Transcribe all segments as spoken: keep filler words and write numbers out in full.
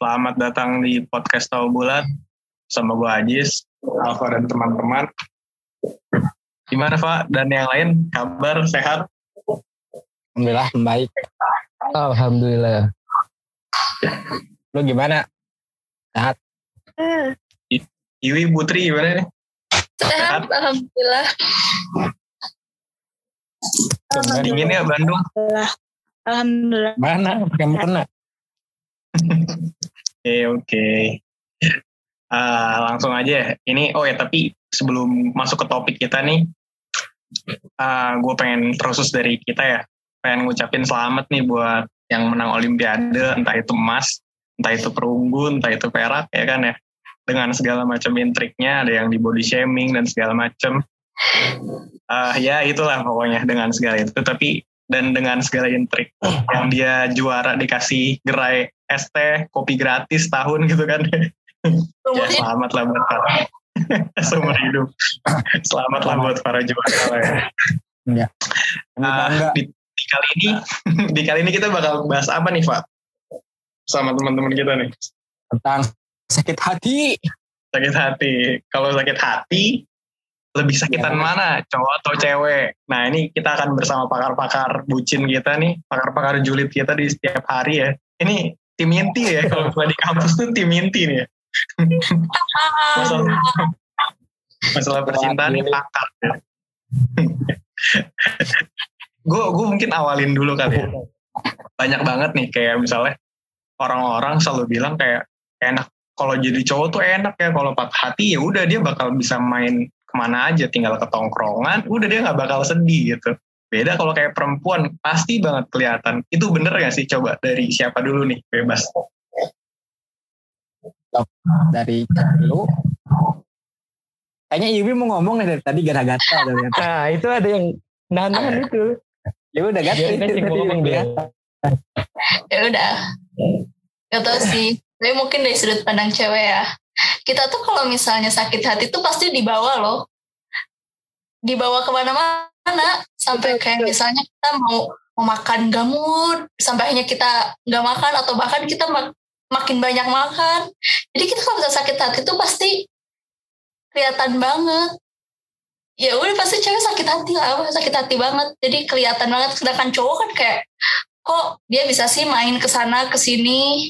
Selamat datang di podcast Tahu Bulat sama gue Ajis, Alfa dan teman-teman. Gimana Pak dan yang lain? Kabar sehat? Alhamdulillah baik. Alhamdulillah. Lu gimana? Sehat? I- Iwi Putri gimana nih? Sehat, alhamdulillah. Dingin ya Bandung? Alhamdulillah. Mana? Pakai mukena? Oke oke. Uh, langsung aja. Ini oh ya tapi sebelum masuk ke topik kita nih, uh, gue pengen terkhusus dari kita ya, pengen ngucapin selamat nih buat yang menang Olimpiade, entah itu emas, entah itu perunggu, entah itu perak ya kan ya, dengan segala macam intriknya, ada yang di body shaming dan segala macam. Uh, ya itulah pokoknya dengan segala itu, tapi dan dengan segala intrik yang dia juara dikasih gerai es teh, kopi gratis tahun gitu kan. Ya selamat lah buat para seumur hidup. Selamat lah buat para juara ya. Ya. Uh, di, di kali ini di kali ini kita bakal bahas apa nih Pak? Sama teman-teman kita nih. Tentang sakit hati. Sakit hati. Kalau sakit hati lebih sakitan ya. Mana? Cowok atau cewek? Nah ini kita akan bersama pakar-pakar bucin kita nih, pakar-pakar julid kita di setiap hari ya. Ini tim inti ya, kalau di kampus tuh tim inti nih ya. masalah, masalah percintaan ini pakar ya. Gue gue mungkin awalin dulu kali ya. Banyak banget nih kayak misalnya orang-orang selalu bilang kayak enak kalau jadi cowok tuh enak ya, kalau patah hati ya udah dia bakal bisa main kemana aja, tinggal ke tongkrongan, udah dia nggak bakal sedih gitu. Beda kalau kayak perempuan, pasti banget kelihatan. Itu bener gak sih? Coba dari siapa dulu nih? Bebas. Dari dulu. Kayaknya Iwi mau ngomong nih dari tadi gara-gara. Nah itu ada yang nahan itu. Ya udah gatel itu tadi ngomong dia. Ya udah. Gak tau sih. Tapi mungkin dari sudut pandang cewek ya. Kita tuh kalau misalnya sakit hati tuh pasti dibawa loh. Dibawa kemana-mana. Sampai kayak misalnya kita mau, mau makan gak mood. Sampai akhirnya kita gak makan. Atau bahkan kita mak- makin banyak makan. Jadi kita kalau misalnya sakit hati tuh pasti kelihatan banget. Ya udah pasti cewek sakit hati lah. Sakit hati banget. Jadi kelihatan banget. Sedangkan cowok kan kayak, kok dia bisa sih main kesana kesini.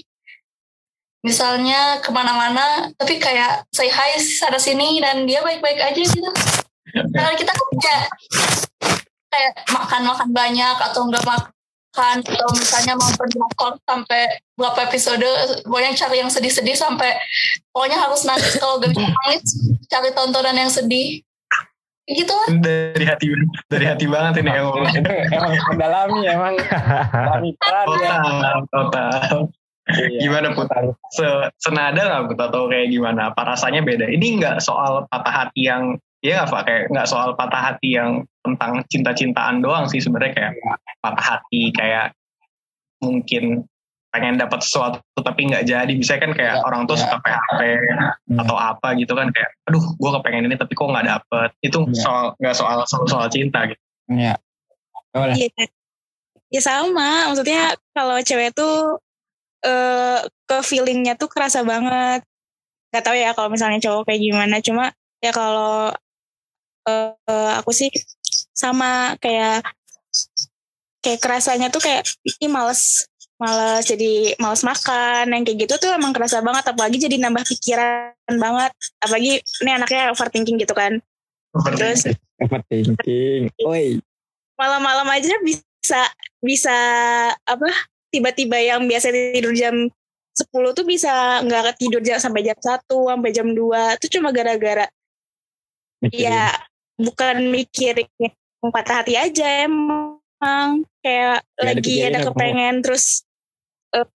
Misalnya kemana-mana, tapi kayak say hi sana sini dan dia baik-baik aja gitu. Nah kita kan kayak kayak makan-makan banyak atau enggak makan atau misalnya nonton drakor sampai berapa episode, pokoknya cari yang sedih-sedih sampai pokoknya harus nangis, kalau gak bisa nangis cari tontonan yang sedih. Gitu lah. Dari hati dari hati banget ini yang ngomong. Emang mendalami emang. Mendalami peran ya. Total, total. Iya, gimana Put? Se- senada nggak Put atau kayak gimana? Apa rasanya beda? Ini nggak soal patah hati yang ya nggak Pak, kayak nggak soal patah hati yang tentang cinta-cintaan doang sih sebenarnya, kayak patah hati kayak mungkin pengen dapat sesuatu tapi nggak jadi. Bisa kan kayak ya, orang tuh ya. Suka P H P hmm. atau apa gitu kan, kayak aduh gue kepengen ini tapi kok nggak dapet. Itu ya. soal nggak soal soal soal cinta gitu. Iya. Ya, ya sama. Maksudnya kalau cewek tuh Uh, ke feelingnya tuh kerasa banget. Gak tahu ya kalau misalnya cowok kayak gimana. Cuma ya kalau uh, uh, aku sih sama kayak kayak kerasanya tuh kayak ini males males jadi males makan yang kayak gitu tuh emang kerasa banget. Apalagi jadi nambah pikiran banget. Apalagi ini anaknya overthinking gitu kan. Terus overthinking. Oi. Malam-malam aja bisa bisa apa? Tiba-tiba yang biasa tidur jam sepuluh tuh bisa gak tidur jam, sampai jam satu, sampai jam dua. Itu cuma gara-gara mikirin. Ya bukan mikirin patah hati aja emang. Kayak gak lagi ada kepengen apa? Terus uh,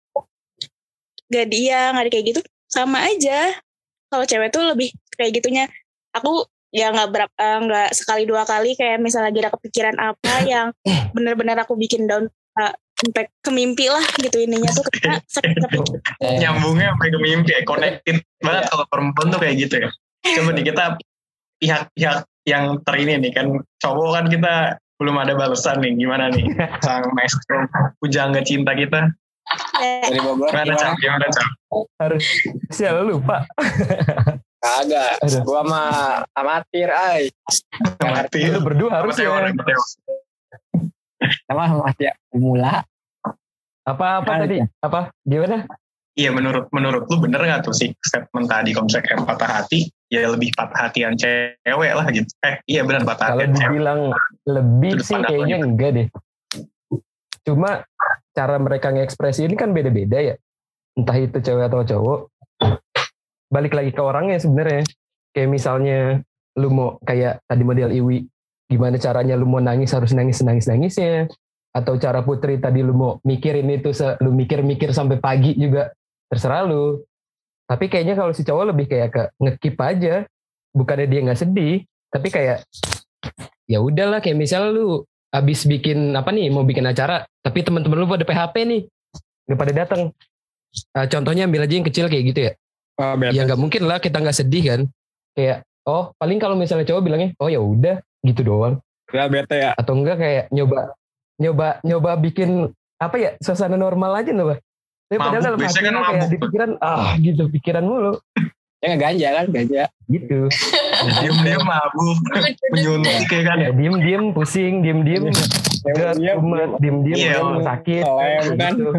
gak dia, gak ada kayak gitu. Sama aja. Kalau cewek tuh lebih kayak gitunya. Aku ya gak, berapa, uh, gak sekali dua kali kayak misalnya lagi ada kepikiran apa yang benar-benar aku bikin down uh, sampai ke mimpi lah gitu ininya tuh karena sakit-sakit. Nyambungnya sampai ke mimpi ya, connected banget kalau perempuan tuh kayak gitu ya. Coba nih kita pihak-pihak yang terini nih kan, cowok kan kita belum ada balasan nih, gimana nih sang maestro pujangga cinta kita? Dari Bogor Gimana gimana? Cam? Gimana Cam? Harusnya lo lupa. Kagak. Aduh. Gua mah amatir, ay. Mati. Lu berdua Sama teori, harusnya. sama teori. Sama amatir pemula. Apa apa Kan, tadi? ya. Apa? Gimana? Iya menurut menurut lu bener nggak tuh sih statement tadi kalau misalnya kayak patah hati ya lebih patah hatian cewek lah gitu. Eh iya benar patah Kalau hatian cewek. dibilang lebih Sudut sih pandang kayaknya lo gitu. enggak deh. Cuma cara mereka ngekspresi ini kan beda-beda ya. Entah itu cewek atau cowok. Balik lagi ke orangnya sebenarnya. Kayak misalnya lu mau kayak tadi model Iwi, gimana caranya lu mau nangis harus nangis nangis nangisnya. Atau cara Putri tadi lu mau mikirin itu, se- lu mikir-mikir sampai pagi juga terserah lu. Tapi kayaknya kalau si cowok lebih kayak ke ngekip aja, bukannya dia nggak sedih, tapi kayak ya udahlah kayak misalnya lu abis bikin apa nih mau bikin acara, tapi teman-teman lu pada P H P nih, nggak pada datang. Uh, contohnya ambil aja yang kecil kayak gitu ya. Oh, bete. Ya nggak mungkin lah kita nggak sedih kan. Kayak oh paling kalau misalnya cowok bilangnya oh ya udah gitu doang. Gak bete ya. Atau enggak kayak nyoba nyoba nyoba bikin apa ya suasana normal aja loh bah. Tapi padahal Mabuk, dalam biasanya hatinya kan kayak mabuk. di pikiran ah gitu pikiran mulu Ya nggak ganja kan, ganja. gitu. Diam-diam mabuk, menyuntik kayak kan. Ya diem diem pusing diem diem gas Iya, kumat diem diem Iya. sakit Lem kan. gitu.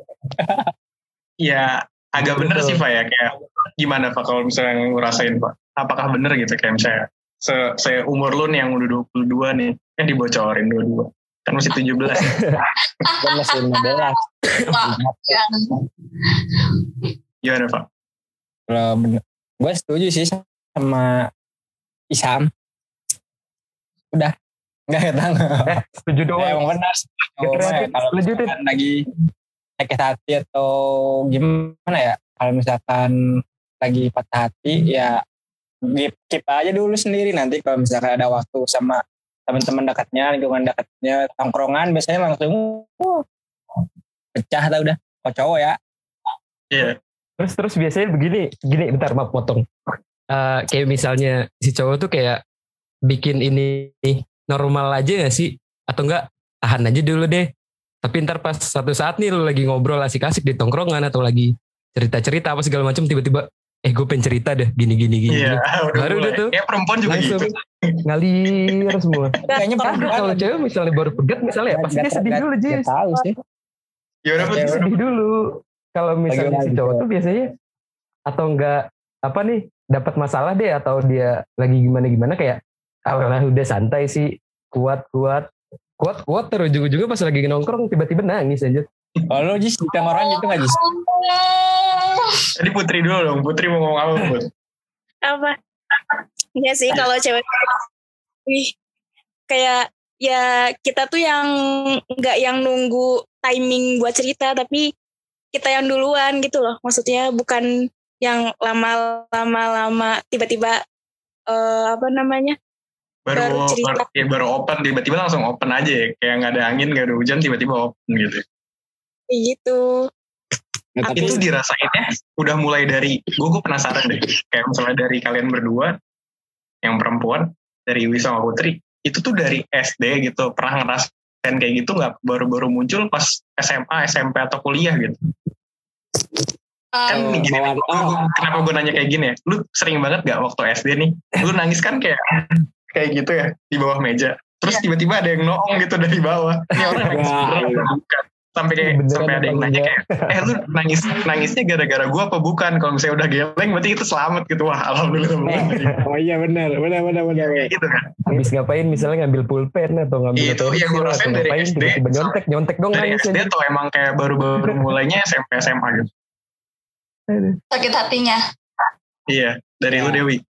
Ya agak bener Betul. sih Pak ya kayak gimana Pak kalau misalnya ngerasain Pak. Apakah bener gitu kayak misalnya se, se umur lu nih yang udah dua puluh dua nih kan dibocorin dua-dua. Kan masih tujuh belas. Kan masih lima belas. Wah, yang Gimana Pak? Kalau bener, gue setuju sih sama Isam. Udah, nggak ketang. Setuju Ya, doang. emang benar. Cowok mah ya, kalau Lanjutin. misalkan lagi sakit hati atau gimana ya, kalau misalkan lagi patah hati ya keep, keep aja dulu sendiri. Nanti kalau misalkan ada waktu sama teman-teman dekatnya, lingkungan dekatnya, tongkrongan biasanya langsung uh, pecah tau udah. Kalau cowok ya. Iya. Terus terus biasanya begini, gini bentar maaf potong. Eh, kayak misalnya si cowok tuh kayak bikin ini normal aja gak sih? Atau enggak tahan aja dulu deh. Tapi ntar pas satu saat nih lu lagi ngobrol asik-asik di tongkrongan atau lagi cerita-cerita apa segala macam tiba-tiba eh gue pengen cerita deh gini gini gini. Iya, gini. udah Baru mulai. deh tuh. Kayak perempuan juga Langsung gitu. ngalir semua. Kayaknya Kagak perempuan kalau cewek misalnya baru pegat misalnya pasti dia sedih dulu Gak Jis. tahu sih. Gimana Pak? Cewek. Sedih dulu. Kalau misalnya Lagi-lagi si cowok cewek. tuh biasanya atau enggak apa nih dapat masalah deh atau dia lagi gimana gimana kayak ah udah santai sih kuat kuat kuat kuat terus ujung-ujungnya pas lagi nongkrong tiba-tiba nangis aja. Kalau lo Jis di tongkrongan gitu gak Jis? Tadi Putri dulu dong. Putri mau ngomong apa Put? Apa? Iya sih kalau cewek wih, kayak ya kita tuh yang nggak yang nunggu timing buat cerita tapi kita yang duluan gitu loh. Maksudnya bukan yang lama-lama lama tiba-tiba eh, apa namanya? Baru Baru cerita. baru, ya, baru open tiba-tiba langsung open aja ya. Kayak nggak ada angin nggak ada hujan tiba-tiba open gitu. Kayak gitu. Nah, tapi Itu dirasainnya udah mulai dari gue gue penasaran deh kayak misalnya dari kalian berdua yang perempuan dari Iwi sama Putri itu tuh dari S D gitu pernah ngerasain kayak gitu nggak baru-baru muncul pas S M A S M P atau kuliah gitu kan Um, gini, bawaan gua- gua- kenapa gue nanya kayak gini ya lu sering banget gak waktu S D nih lu nangis kan kayak kayak gitu ya di bawah meja terus tiba-tiba ada yang noong gitu dari bawah ini orang nangis Wah, beneran iya. apa bukan sampai kayak Beneran sampai ada yang apa nanya enggak? kayak eh lu nangis nangisnya gara-gara gue apa bukan kalau misalnya udah geleng berarti itu selamat gitu wah alhamdulillah Oh iya benar, benar benar benar. kayak gitu kan Habis ngapain misalnya ngambil pulpen atau ngambil Itu pensil yang gue atau rasain dari ngapain S D. tiba-tiba nyontek nyontek dong dari nangis S D aja. atau emang kayak baru-baru mulainya S M P S M A gitu sakit hatinya. iya dari Ya. lu Dewi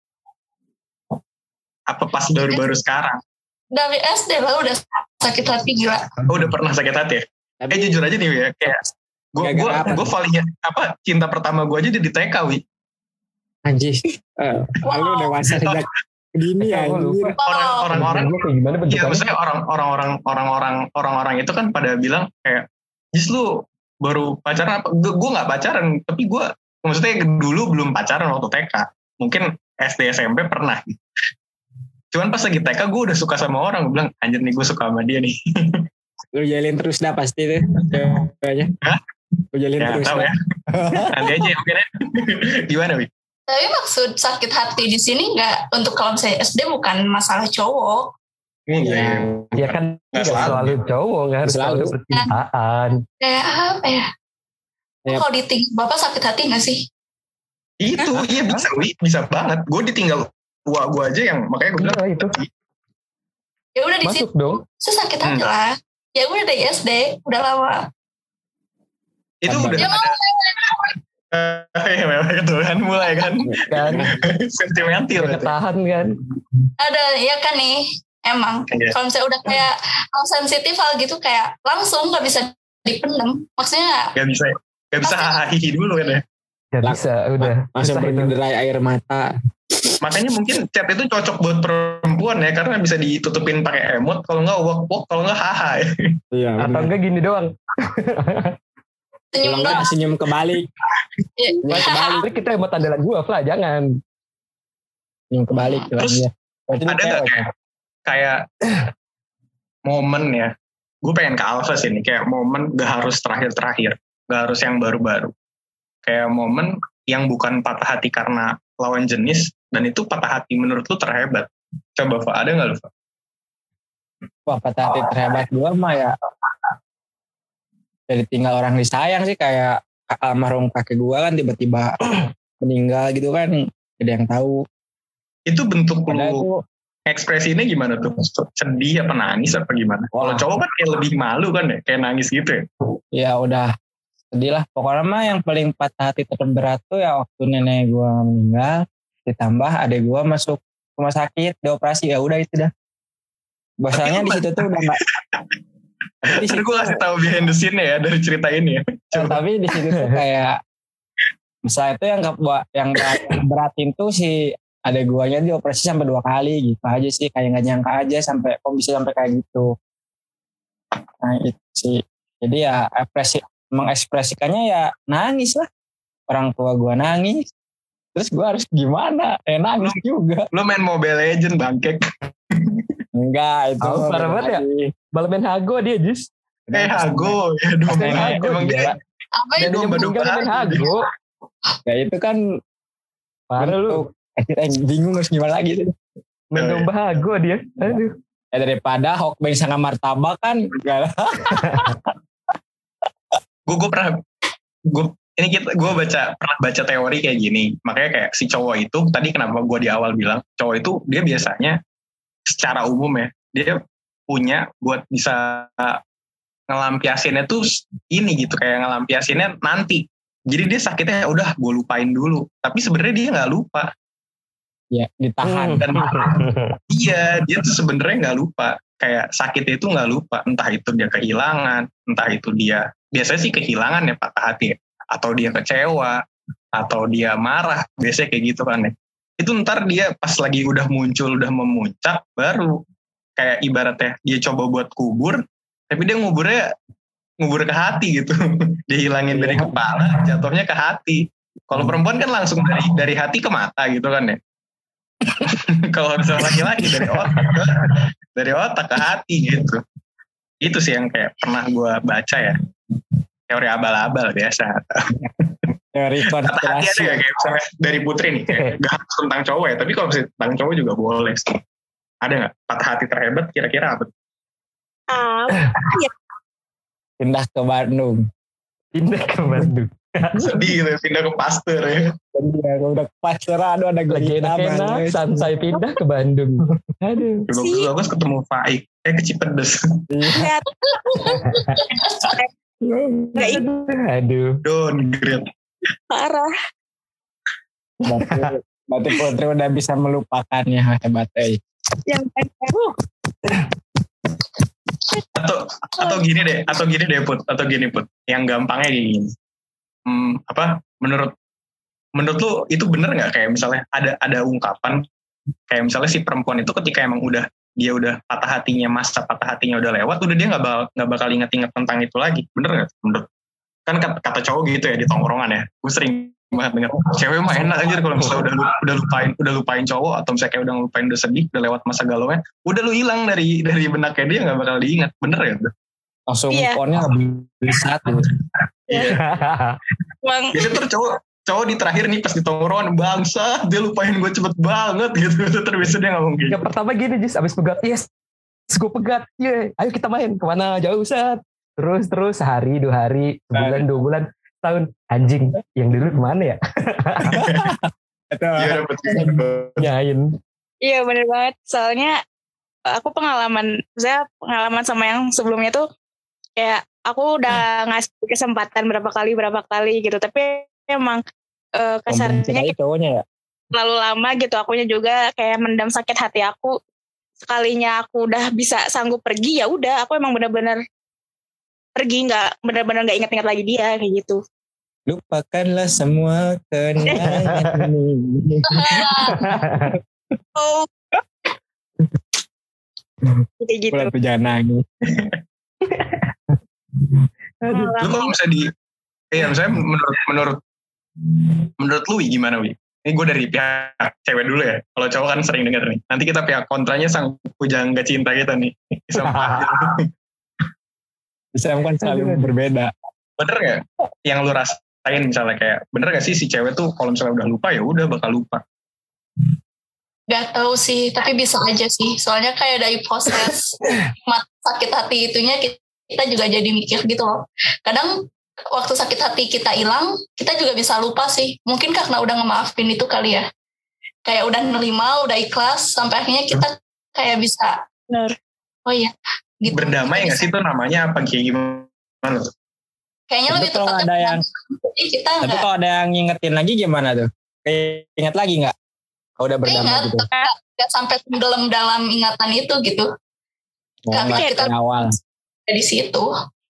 apa pas baru-baru sekarang Dari S D lah udah sakit hati gila. oh, udah pernah sakit hati ya Tapi eh jujur aja nih Wi, ya kayak gue gue Gara-gara apa gue tuh? paling apa cinta pertama gue aja di T K Wi anjis. Eh, lu dewasa sejak dini Eh, gua anjir. lupa. orang orang-orang Gue kayak gimana iya bentukannya? maksudnya orang orang-orang orang-orang orang-orang itu kan pada bilang kayak Jis lu baru pacaran apa gue gue nggak pacaran tapi gue maksudnya dulu belum pacaran waktu T K mungkin S D S M P pernah cuman pas lagi T K gue udah suka sama orang gue bilang anjir nih gue suka sama dia nih Lu jalin terus dah pasti tuh ceweknya. Hah? Ujalin Ya terus. tahu ya. Nanti aja mungkin ya. Gimana Wi? Tapi maksud sakit hati di sini nggak untuk kalau misalnya S D bukan masalah cowok. Iya. Ya kan Nggak nggak selalu. selalu cowok, nggak harus Selalu. selalu percintaan. Kayak apa ya? Yep. Kalau ditinggal bapak sakit hati nggak sih? Itu iya bisa Wi, bisa banget. Gue ditinggal tua gue aja yang makanya gue bilang Iya, itu. Ya udah di situ Masuk dong. saya sakit hati Hmm. lah. Ya udah dari S D udah lama. itu Tambah. udah Ya mau ada. Ya memang gitu kan mulai kan. Kan Sentimental. nggak berarti. ketahan kan. ada ya kan nih. Emang Iya. kalau misalnya udah kayak hal sensitif hal gitu kayak langsung nggak bisa dipendem. Maksudnya Gak bisa, gak bisa hahihi dulu kan ya. Gak Lang- bisa udah. Langsung Susah itu. berderai air mata. Makanya mungkin chat itu cocok buat perempuan ya karena bisa ditutupin pakai emot, kalau nggak wok wok, kalau nggak haha ya. Iya. Atau enggak gini doang. senyum Kalau enggak doang. senyum kebalik. Ya. Senyum kebalik. Tapi kita emot andalan gua, Fla, jangan. Senyum kebalik. Terus, ya. Berarti lu ada nggak cewek, kayak kayak momen ya, gue pengen ke Alfa sih nih, kayak momen gak harus terakhir-terakhir, gak harus yang baru-baru, kayak momen yang bukan patah hati karena lawan jenis, dan itu patah hati menurut lu terhebat. Coba Fa, ada gak lu Fa? Wah, patah hati terhebat gua mah ya jadi tinggal orang disayang sih, kayak almarhum kakek gua kan tiba-tiba meninggal gitu kan, ada yang tahu. Itu bentuk Padahal lu itu ekspresinya gimana tuh? Sedih apa nangis apa gimana? Kalau Wah. cowok kan kayak lebih malu kan ya, kayak nangis gitu ya. ya udah sedih lah. Pokoknya mah yang paling patah hati terberat tuh ya waktu nenek gua meninggal, ditambah adek gua masuk rumah sakit, dioperasi, ya udah itu dah. Bahasanya di situ tuh udah nggak. Tapi di Jadi situ, gue kasih tahu behind the scene ya dari cerita ini ya. Coba. tapi di situ tuh kayak misalnya itu yang ke- yang berat, beratin tuh si adek guanya dioperasi sampai dua kali gitu aja sih, kayak nggak nyangka aja sampai kok bisa sampai kayak gitu. Nah itu sih. Jadi ya ekspresi mengekspresikannya ya nangis lah. Orang tua gua nangis. Terus gua harus gimana? Eh nangis juga. Lu main Mobile Legend bangkek. Enggak itu. Tahu, parah banget ya? lagi. Balapan Hago dia, Jis. Eh Hago, ya domba Eh, Hago. Emang dia, Apa dia itu? domba-domba Dia main Hago. Hago. Ya itu kan Parah lu. bentuk- eh, bingung harus gimana lagi tuh. Main domba Hago dia. Aduh. Ya daripada Hokben sama martabak kan enggak lah. Gue gue pernah gue ini kita gue baca pernah baca teori kayak gini, makanya kayak si cowok itu tadi kenapa gue di awal bilang cowok itu dia biasanya secara umum ya dia punya buat bisa ngelampiasinnya tuh ini gitu, kayak ngelampiasinnya nanti, jadi dia sakitnya ya udah gue lupain dulu, tapi sebenarnya dia nggak lupa. Ya ditahan. Dan iya dia tuh sebenarnya nggak lupa, kayak sakitnya itu nggak lupa, entah itu dia kehilangan, entah itu dia biasanya sih kehilangan ya patah hati ya, atau dia kecewa, atau dia marah, biasanya kayak gitu kan ya. Itu ntar dia pas lagi udah muncul, udah memuncak, baru kayak ibaratnya dia coba buat kubur, tapi dia nguburnya ngubur ke hati gitu. Dia hilangin dari kepala, jatuhnya ke hati. Kalau perempuan kan langsung dari dari hati ke mata gitu kan ya. Kalau misalnya laki-laki dari otak ke, dari otak ke hati gitu. Itu sih yang kayak pernah gue baca ya. Teori abal-abal biasa. Teori Patah hati ada konspirasi. ya kayak misalnya dari Putri nih, kayak gak harus tentang cowok ya, tapi kalau misalnya tentang cowok juga boleh sih. Ada gak patah hati terhebat kira-kira apa? Ah, Pindah ke Bandung. Pindah ke Bandung. Sedih gitu, pindah ke Pasteur ya. Dan dia udah pasar, aduh ada Lagi gojita enak-enak, sansai pindah ke Bandung. Aduh. Bagus-bagus ketemu Faik, eh ke Cipedes. lihat nggak Aduh. Downgrade. parah. Berarti, berarti Putri udah bisa melupakannya, hebat eh. Yang uh, Atau atau gini deh, atau gini deh Put, atau gini Put. Yang gampangnya gini. Hmm, apa? Menurut menurut lu itu bener nggak, kayak misalnya ada ada ungkapan kayak misalnya si perempuan itu ketika emang udah dia udah patah hatinya, masa patah hatinya udah lewat, udah dia nggak bakal nggak bakal inget-inget tentang itu lagi, bener nggak? Menurut kan kata, kata cowok gitu ya di tongkrongan ya, gue sering banget denger cewek mah enak aja kalau misalnya udah udah lupain udah lupain cowok, atau misalnya kayak udah lupain udah sedih, udah lewat masa galaunya, udah lu hilang dari dari benaknya dia, nggak bakal diingat, bener ya? Langsung Iya. ponnya nggak bisa tuh. Iya. Bang, Biasanya tuh cowok cowok di terakhir nih pas di tongkrongan bangsa dia lupain gue cepet banget gitu. Terus dia ngomong gitu. Yang pertama gini Jis, abis pegat, yes, gue pegat, yeah, ayo kita main kemana jauh Sat. Terus terus sehari dua hari sebulan dua bulan tahun anjing yang dulu kemana ya? Iya betul. Nyain. iya bener banget. Soalnya aku pengalaman, saya pengalaman sama yang sebelumnya tuh kayak aku udah ngasih kesempatan berapa kali berapa kali gitu, tapi emang uh, kasarnya cowoknya ya. terlalu lama gitu. Akunya juga kayak mendam sakit hati aku. Sekalinya aku udah bisa sanggup pergi, ya udah aku emang benar-benar pergi, nggak benar-benar nggak ingat-ingat lagi dia kayak gitu. Lupakanlah semua kenangan ini. Oh, kayak gitu. Bulan jangan nangis. Lu kalau misalnya di, iya misalnya menurut menurut menurut lu gimana Wi? Ini gue dari pihak cewek dulu ya. Kalau cowok kan sering dengar nih. Nanti kita pihak kontranya sang pujangga cinta kita nih. Bisa kan selalu berbeda. Bener gak? Yang lu rasain misalnya kayak bener gak sih si cewek tuh kalau misalnya udah lupa ya udah bakal lupa. Gak tahu sih, tapi bisa aja sih. Soalnya kayak dari proses sakit hati itunya kita juga jadi mikir gitu loh. Kadang waktu sakit hati kita hilang, kita juga bisa lupa sih. Mungkin karena udah ngemaafin itu kali ya. Kayak udah nerima, udah ikhlas, sampai akhirnya kita kayak bisa. Bener. Oh iya. Gitu. Berdamai gak sih tuh namanya apa kayak gimana tuh? Kayaknya Tapi lebih kalau tepatnya ada yang, kita tapi enggak. kalau ada yang ngingetin lagi gimana tuh? Kayak ingat lagi nggak? Kalau udah berdamai Ingat, gitu. gak sampai tenggelam dalam ingatan itu gitu. Oh, Tapi nggak kita dari awal. di situ.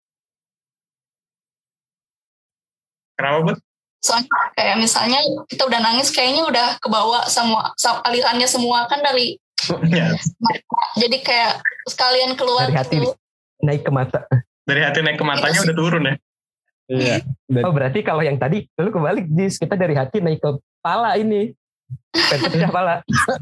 Kenapa Bud? Soalnya kayak misalnya kita udah nangis, kayaknya udah kebawa semua alirannya semua kan dari Ya. jadi kayak sekalian keluar Dari hati gitu. naik ke mata. Dari hati naik ke matanya udah turun ya. Iya. Oh berarti kalau yang tadi lu kebalik Jis, kita dari hati naik ke pala ini. Pecah pala.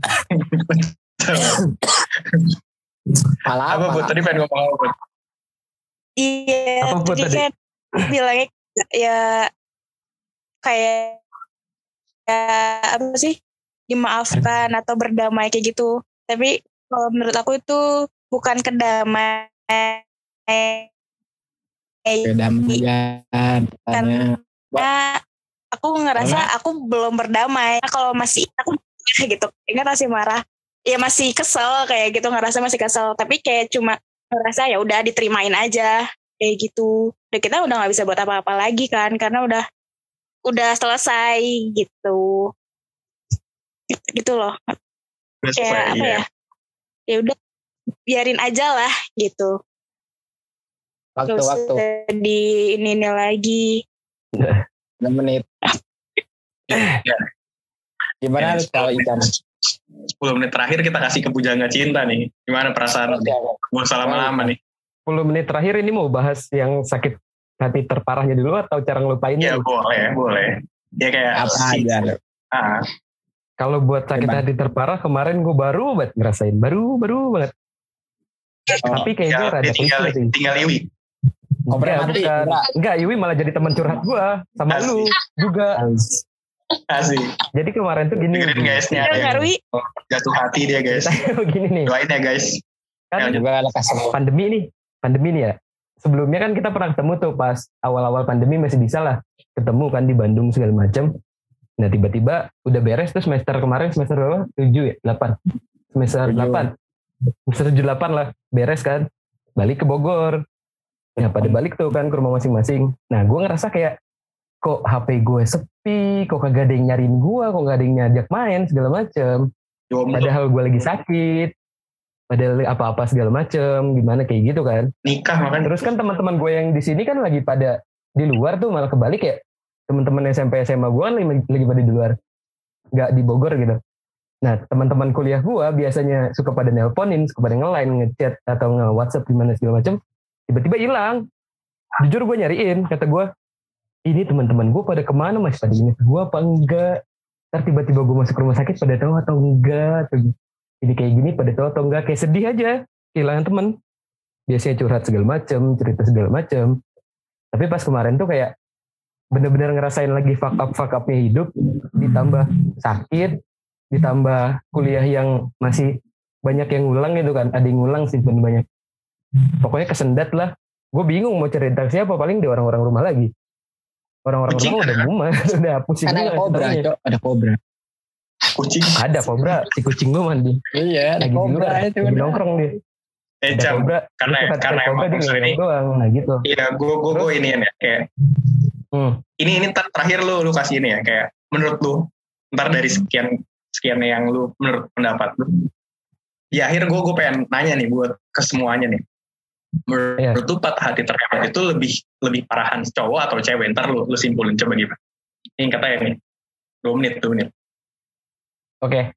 Pala Apa Bud? Tadi pengen ngomong apa Bud? Iya, Apa, Put, tadi tadi? kan bilangnya ya kayak ya, apa sih, dimaafkan atau berdamai kayak gitu. Tapi kalau menurut aku itu bukan kedamaian. Kedamaian. Tanya. Karena aku ngerasa aku belum berdamai. Kalau masih aku gitu, ingat masih marah. Ya masih kesel kayak gitu, ngerasa masih kesel. Tapi kayak cuma ngerasa ya udah diterimain aja kayak gitu. Dan kita udah nggak bisa buat apa-apa lagi kan, karena udah udah selesai gitu. Gitu loh. Udah Kayak selesai, apa iya. ya? Ya udah biarin aja lah gitu. Gak Waktu-waktu. usah di ini ini lagi. enam menit. Ya. Gimana Ya, lu kalau ikan? sepuluh menit terakhir kita kasih ke pujangga cinta nih. Gimana perasaan? Gak usah lama-lama nih. sepuluh menit terakhir ini mau bahas yang sakit hati terparahnya dulu atau cara ngelupainnya? Ya boleh, boleh. Ya kayak Apa si- aja lu? Ah, Kalau buat sakit Bebas. hati terparah kemarin gue baru banget ngerasain. Baru, baru banget. Oh, Tapi kayaknya tinggal, rada tinggal, klise sih. tinggal Iwi. Ngobrol Enggak, nanti. bukan. Enggak, Iwi malah jadi teman curhat gue. Sama Asik. lu juga. Asik. Jadi kemarin tuh gini. Dengerin guys-nya. Udah nggak, Rwi? Jatuh hati dia guys. Gini nih. Doain ya guys. Kan Juga ada kasih. pandemi nih. Pandemi nih ya. Sebelumnya kan kita pernah ketemu tuh pas awal-awal pandemi masih bisa lah. Ketemu kan di Bandung segala macam. Nah tiba-tiba udah beres tuh semester kemarin semester berapa? tujuh ya? delapan. Semester Tujuh. delapan. Semester tujuh delapan lah. Beres kan. Balik ke Bogor. Ya pada balik tuh kan ke rumah masing-masing. Nah gue ngerasa kayak kok H P gue sepi, kok kagak ada yang nyariin gue, kok gak ada yang ngajak main segala macem. Jomblo. Padahal gue lagi sakit. Padahal apa-apa segala macem. Gimana kayak gitu kan. Nikah makanya. Terus kan teman-teman gue yang di sini kan lagi pada di luar tuh malah kebalik ya. Teman-teman S M P S M A gue kan lagi, lagi pada di luar. Nggak di Bogor gitu. Nah teman-teman kuliah gue biasanya suka pada nelponin, suka pada nge-line, ngechat atau nge-whatsapp gimana segala macem. Tiba-tiba hilang. Jujur gue nyariin, kata gue, ini teman-teman gue pada kemana, masih pada ingat gue apa enggak? Ntar tiba-tiba gue masuk rumah sakit pada tahu atau enggak? Atau ini kayak gini pada tahu atau enggak? Kayak sedih aja, kehilangan teman. Biasanya curhat segala macem, cerita segala macem. Tapi pas kemarin tuh kayak bener-bener ngerasain lagi fuck up fuck upnya hidup, ditambah sakit, ditambah kuliah yang masih banyak yang ngulang gitu kan, ada yang ngulang sih bener banyak. Pokoknya kesendat lah. Gue bingung mau cerita siapa, paling di orang-orang rumah lagi. Orang-orang Kucing rumah udah mumet, udah pusing. Kan ada kobra, Cok. Ada kobra. kucing. Ada kobra, si kucing gue mandi. Iya, ada Lagi di kobra luar, itu. lagi nongkrong dia. Eh Ada Cam, kobra, karena terus karena kata emang kobra dia maksud ini, ngomong doang, nah gitu. iya gue gue gue ini ya kayak Hmm. ini ini ter- terakhir lu lu kasih ini ya kayak menurut lu ntar dari sekian sekian yang lu menurut pendapat lu di akhir gue gue pengen nanya nih buat ke semuanya nih. Menurut Iya. lu patah hati terhebat itu lebih lebih parahan cowok atau cewek? Ntar lu lu simpulin coba gimana? Ini katanya nih dua menit dua menit. Oke,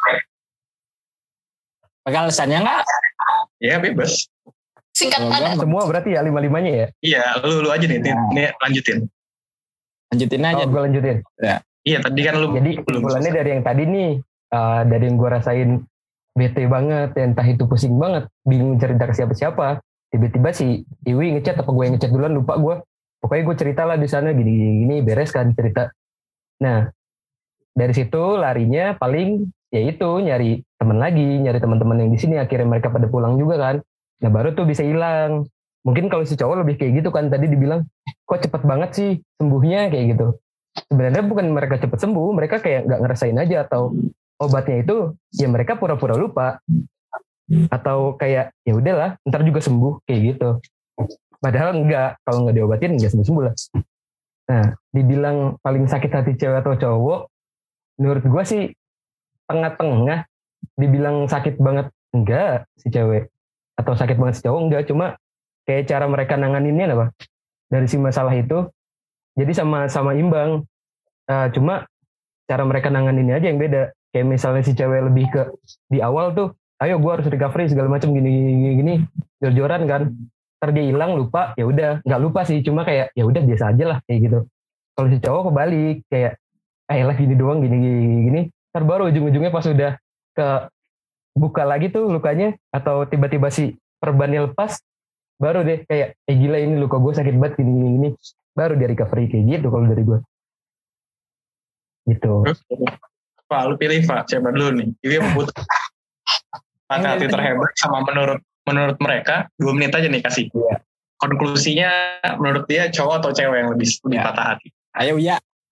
Pakai alasannya nggak? Ya bebas. Singkat Kalau padat. gua- semua berarti ya lima-limanya ya. Iya lu lu aja nih. Nih, Nah. nih lanjutin. Lanjutin aja. Oh, gue lanjutin. Iya tadi kan lu Jadi belum kesimpulannya selesai. dari yang tadi nih, uh, dari yang gue rasain bete banget, ya entah itu pusing banget, bingung cerita ke siapa-siapa. Tiba-tiba si Iwi ngechat apa gue yang ngechat duluan, lupa gue. Pokoknya gue cerita lah di sana gini-gini, beres kan cerita. Nah dari situ larinya paling ya itu nyari teman lagi, nyari teman-teman yang di sini. Akhirnya mereka pada pulang juga kan. Nah baru tuh bisa hilang. Mungkin kalau si cowok lebih kayak gitu kan, tadi dibilang kok cepet banget sih sembuhnya kayak gitu. Sebenarnya bukan mereka cepet sembuh, mereka kayak nggak ngerasain aja, atau obatnya itu ya mereka pura-pura lupa, atau kayak ya udahlah ntar juga sembuh kayak gitu. Padahal enggak, kalau nggak diobatin nggak sembuh-sembuh lah. Nah dibilang paling sakit hati cewek atau cowok, menurut gue sih tengah-tengah. Dibilang sakit banget enggak si cewek, atau sakit banget si cowok enggak, cuma kayak cara mereka nanganinnya apa dari si masalah itu jadi sama-sama imbang. Uh, cuma cara mereka nanganinnya aja yang beda. Kayak misalnya si cewek lebih ke di awal tuh, ayo gue harus recovery segala macam gini gini gini, jor-joran kan. Ntar dia hilang lupa, ya udah nggak lupa sih, cuma kayak ya udah biasa aja lah kayak gitu. Kalau si cowok kebalik kayak, ayolah gini doang gini gini gini. Ntar baru ujung-ujungnya pas udah ke buka lagi tuh lukanya, atau tiba-tiba si perbannya lepas, baru deh kayak, eh gila ini luka gue sakit banget gini gini gini. Baru dia recovery kayak gitu kalau dari gue. Gitu. Pak, lu pilih Pak, siapa dulu nih? Ini yang butuh patah hati terhebat sama menurut menurut mereka, dua menit aja nih kasih. Iya. Konklusinya menurut dia cowok atau cewek yang lebih lebih Ya. patah hati? Ayo ya.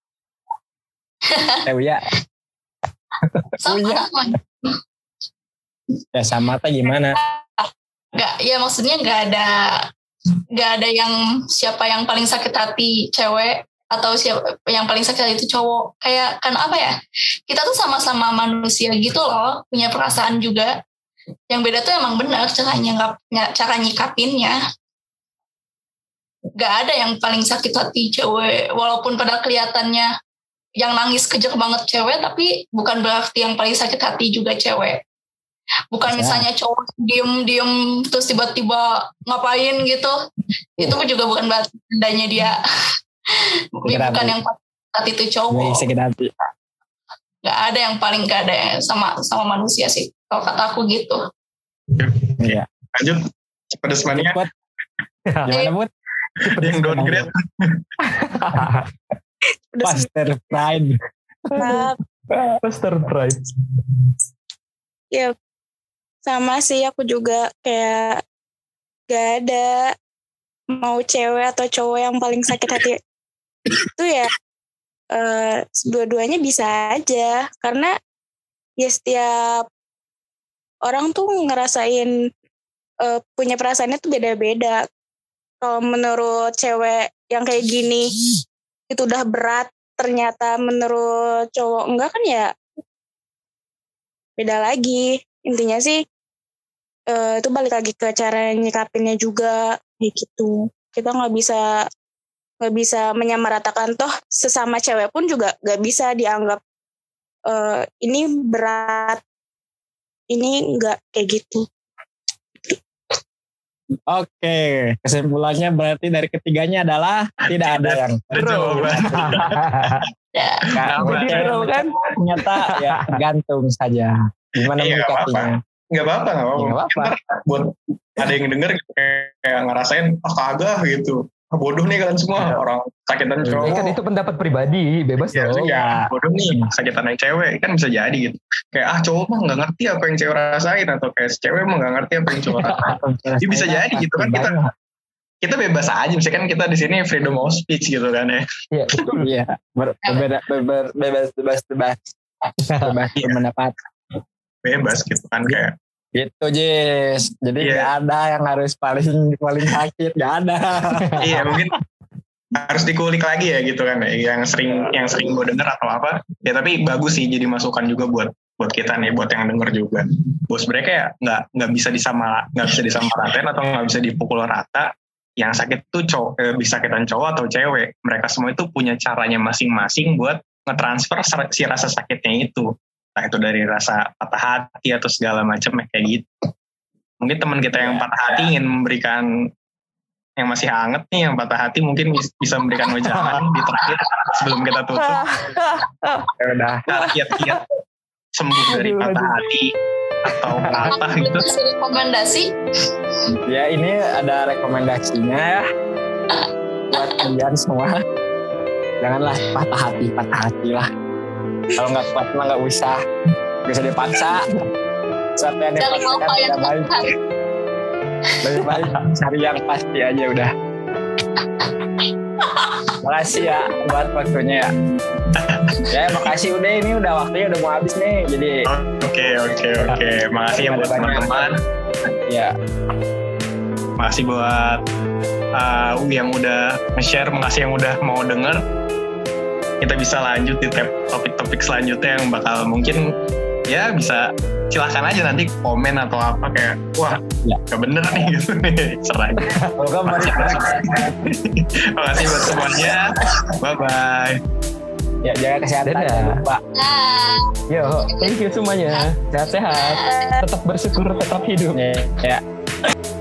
Ayo ya. Sama iya. sama. Ya sama atau gimana? Nggak, ya maksudnya nggak ada nggak ada yang siapa yang paling sakit hati cewek atau siapa yang paling sakit hati itu cowok. Kayak kan apa ya? Kita tuh sama-sama manusia gitu loh, punya perasaan juga. Yang beda tuh emang benar cara nyangkap, cara nyikapinnya. Nggak ada yang paling sakit hati cewek, walaupun pada kelihatannya yang nangis kejer banget cewek, tapi bukan berarti yang paling sakit hati juga cewek. Bukan Ya. misalnya cowok diem-diem terus tiba-tiba ngapain gitu, itu juga bukan berarti tandanya dia Sakit bukan hati. yang paling sakit hati itu Wih, cowok. sakit hati. Nggak ada yang paling nggak ada yang sama sama manusia sih, kalau kata aku gitu. Iya. Lanjut, pedes mania Cepet. Gimana Bud? yang downgrade. Udah Master Pride. sempat. Master Pride. Ya sama sih, aku juga kayak gak ada mau cewek atau cowok yang paling sakit hati itu ya, eh, dua-duanya bisa aja, karena ya setiap orang tuh ngerasain, eh, punya perasaannya tuh beda-beda. Kalau menurut cewek yang kayak gini itu udah berat, ternyata menurut cowok enggak kan ya beda lagi. Intinya sih eh, itu balik lagi ke cara nyikapinnya juga kayak gitu. Kita nggak bisa nggak bisa menyamaratakan, toh sesama cewek pun juga nggak bisa dianggap eh, ini berat, ini enggak kayak gitu. Oke, kesimpulannya berarti dari ketiganya adalah tidak ada yang Ada jawaban. Ya. Nah, Jadi, cewek bro, kan? ternyata ya tergantung saja gimana Iya, nggak menyikapinya. Gak apa-apa, gak Ya, apa-apa. nggak apa-apa. Ntar buat ada yang denger gitu, kayak, kayak ngerasain, oh kagak gitu. bodoh nih kalian semua orang sakitan Ini cowok. kan itu pendapat pribadi, bebas Ya, dong. ya, bodoh nih sakitan yang cewek kan bisa jadi gitu. Kayak ah cowok mah nggak ngerti apa yang cewek rasain atau kayak cewek mah nggak ngerti apa yang cowok rasain. Ya, bisa jadi gitu kan kita kita bebas aja, misalkan kita di sini freedom of speech gitu kan ya. Iya. Iya, ber- berbeda, ber- bebas, bebas, bebas, bebas berpendapat. Bebas gitu kan kayak. Gitu Jis. Jadi Iya. nggak ada yang harus paling paling sakit, nggak ada. Iya mungkin harus dikulik lagi ya gitu kan ya. Yang sering yang sering gue denger atau apa. Ya tapi bagus sih jadi masukan juga buat buat kita nih, buat yang denger juga. Bos mereka ya nggak nggak bisa disama nggak bisa disamaratain atau nggak bisa dipukul rata. Yang sakit tuh cowok, eh, bisa sakitan cowok atau cewek. Mereka semua itu punya caranya masing-masing buat ngetransfer si rasa sakitnya itu. Entah itu dari rasa patah hati atau segala macam ya kayak gitu. Mungkin teman kita yang patah hati ingin memberikan yang masih hangat nih, yang patah hati mungkin bisa memberikan wejangan di terakhir sebelum kita tutup. Ya udah. Nah, kiat-kiat sembuh dari patah hati atau patah gitu. Kasih rekomendasi. Ya ini ada rekomendasinya ya buat kalian semua. Janganlah patah hati, patah hati lah. Kalau nggak kuat mah nggak usah, bisa dipaksa. Siapa yang Cari dipaksakan apa yang tidak baik. tepat. Lebih baik cari yang pasti aja udah. Makasih ya buat waktunya ya. Ya makasih udah, ini udah waktunya udah mau habis nih. Jadi Oke oke oke. Makasih ya buat teman-teman. ya Makasih buat uh, yang udah nge-share, makasih yang udah mau denger. Kita bisa lanjut di tab topik-topik selanjutnya yang bakal mungkin ya bisa silahkan aja nanti komen atau apa kayak wah ya gak bener nih gitu nih serang. Makasih, makasih buat semuanya. Bye bye. ya jaga kesehatan Dadah. jangan lupa. Nah. Yo, thank you semuanya. Sehat-sehat. Tetap bersyukur, tetap hidup. Ya. ya.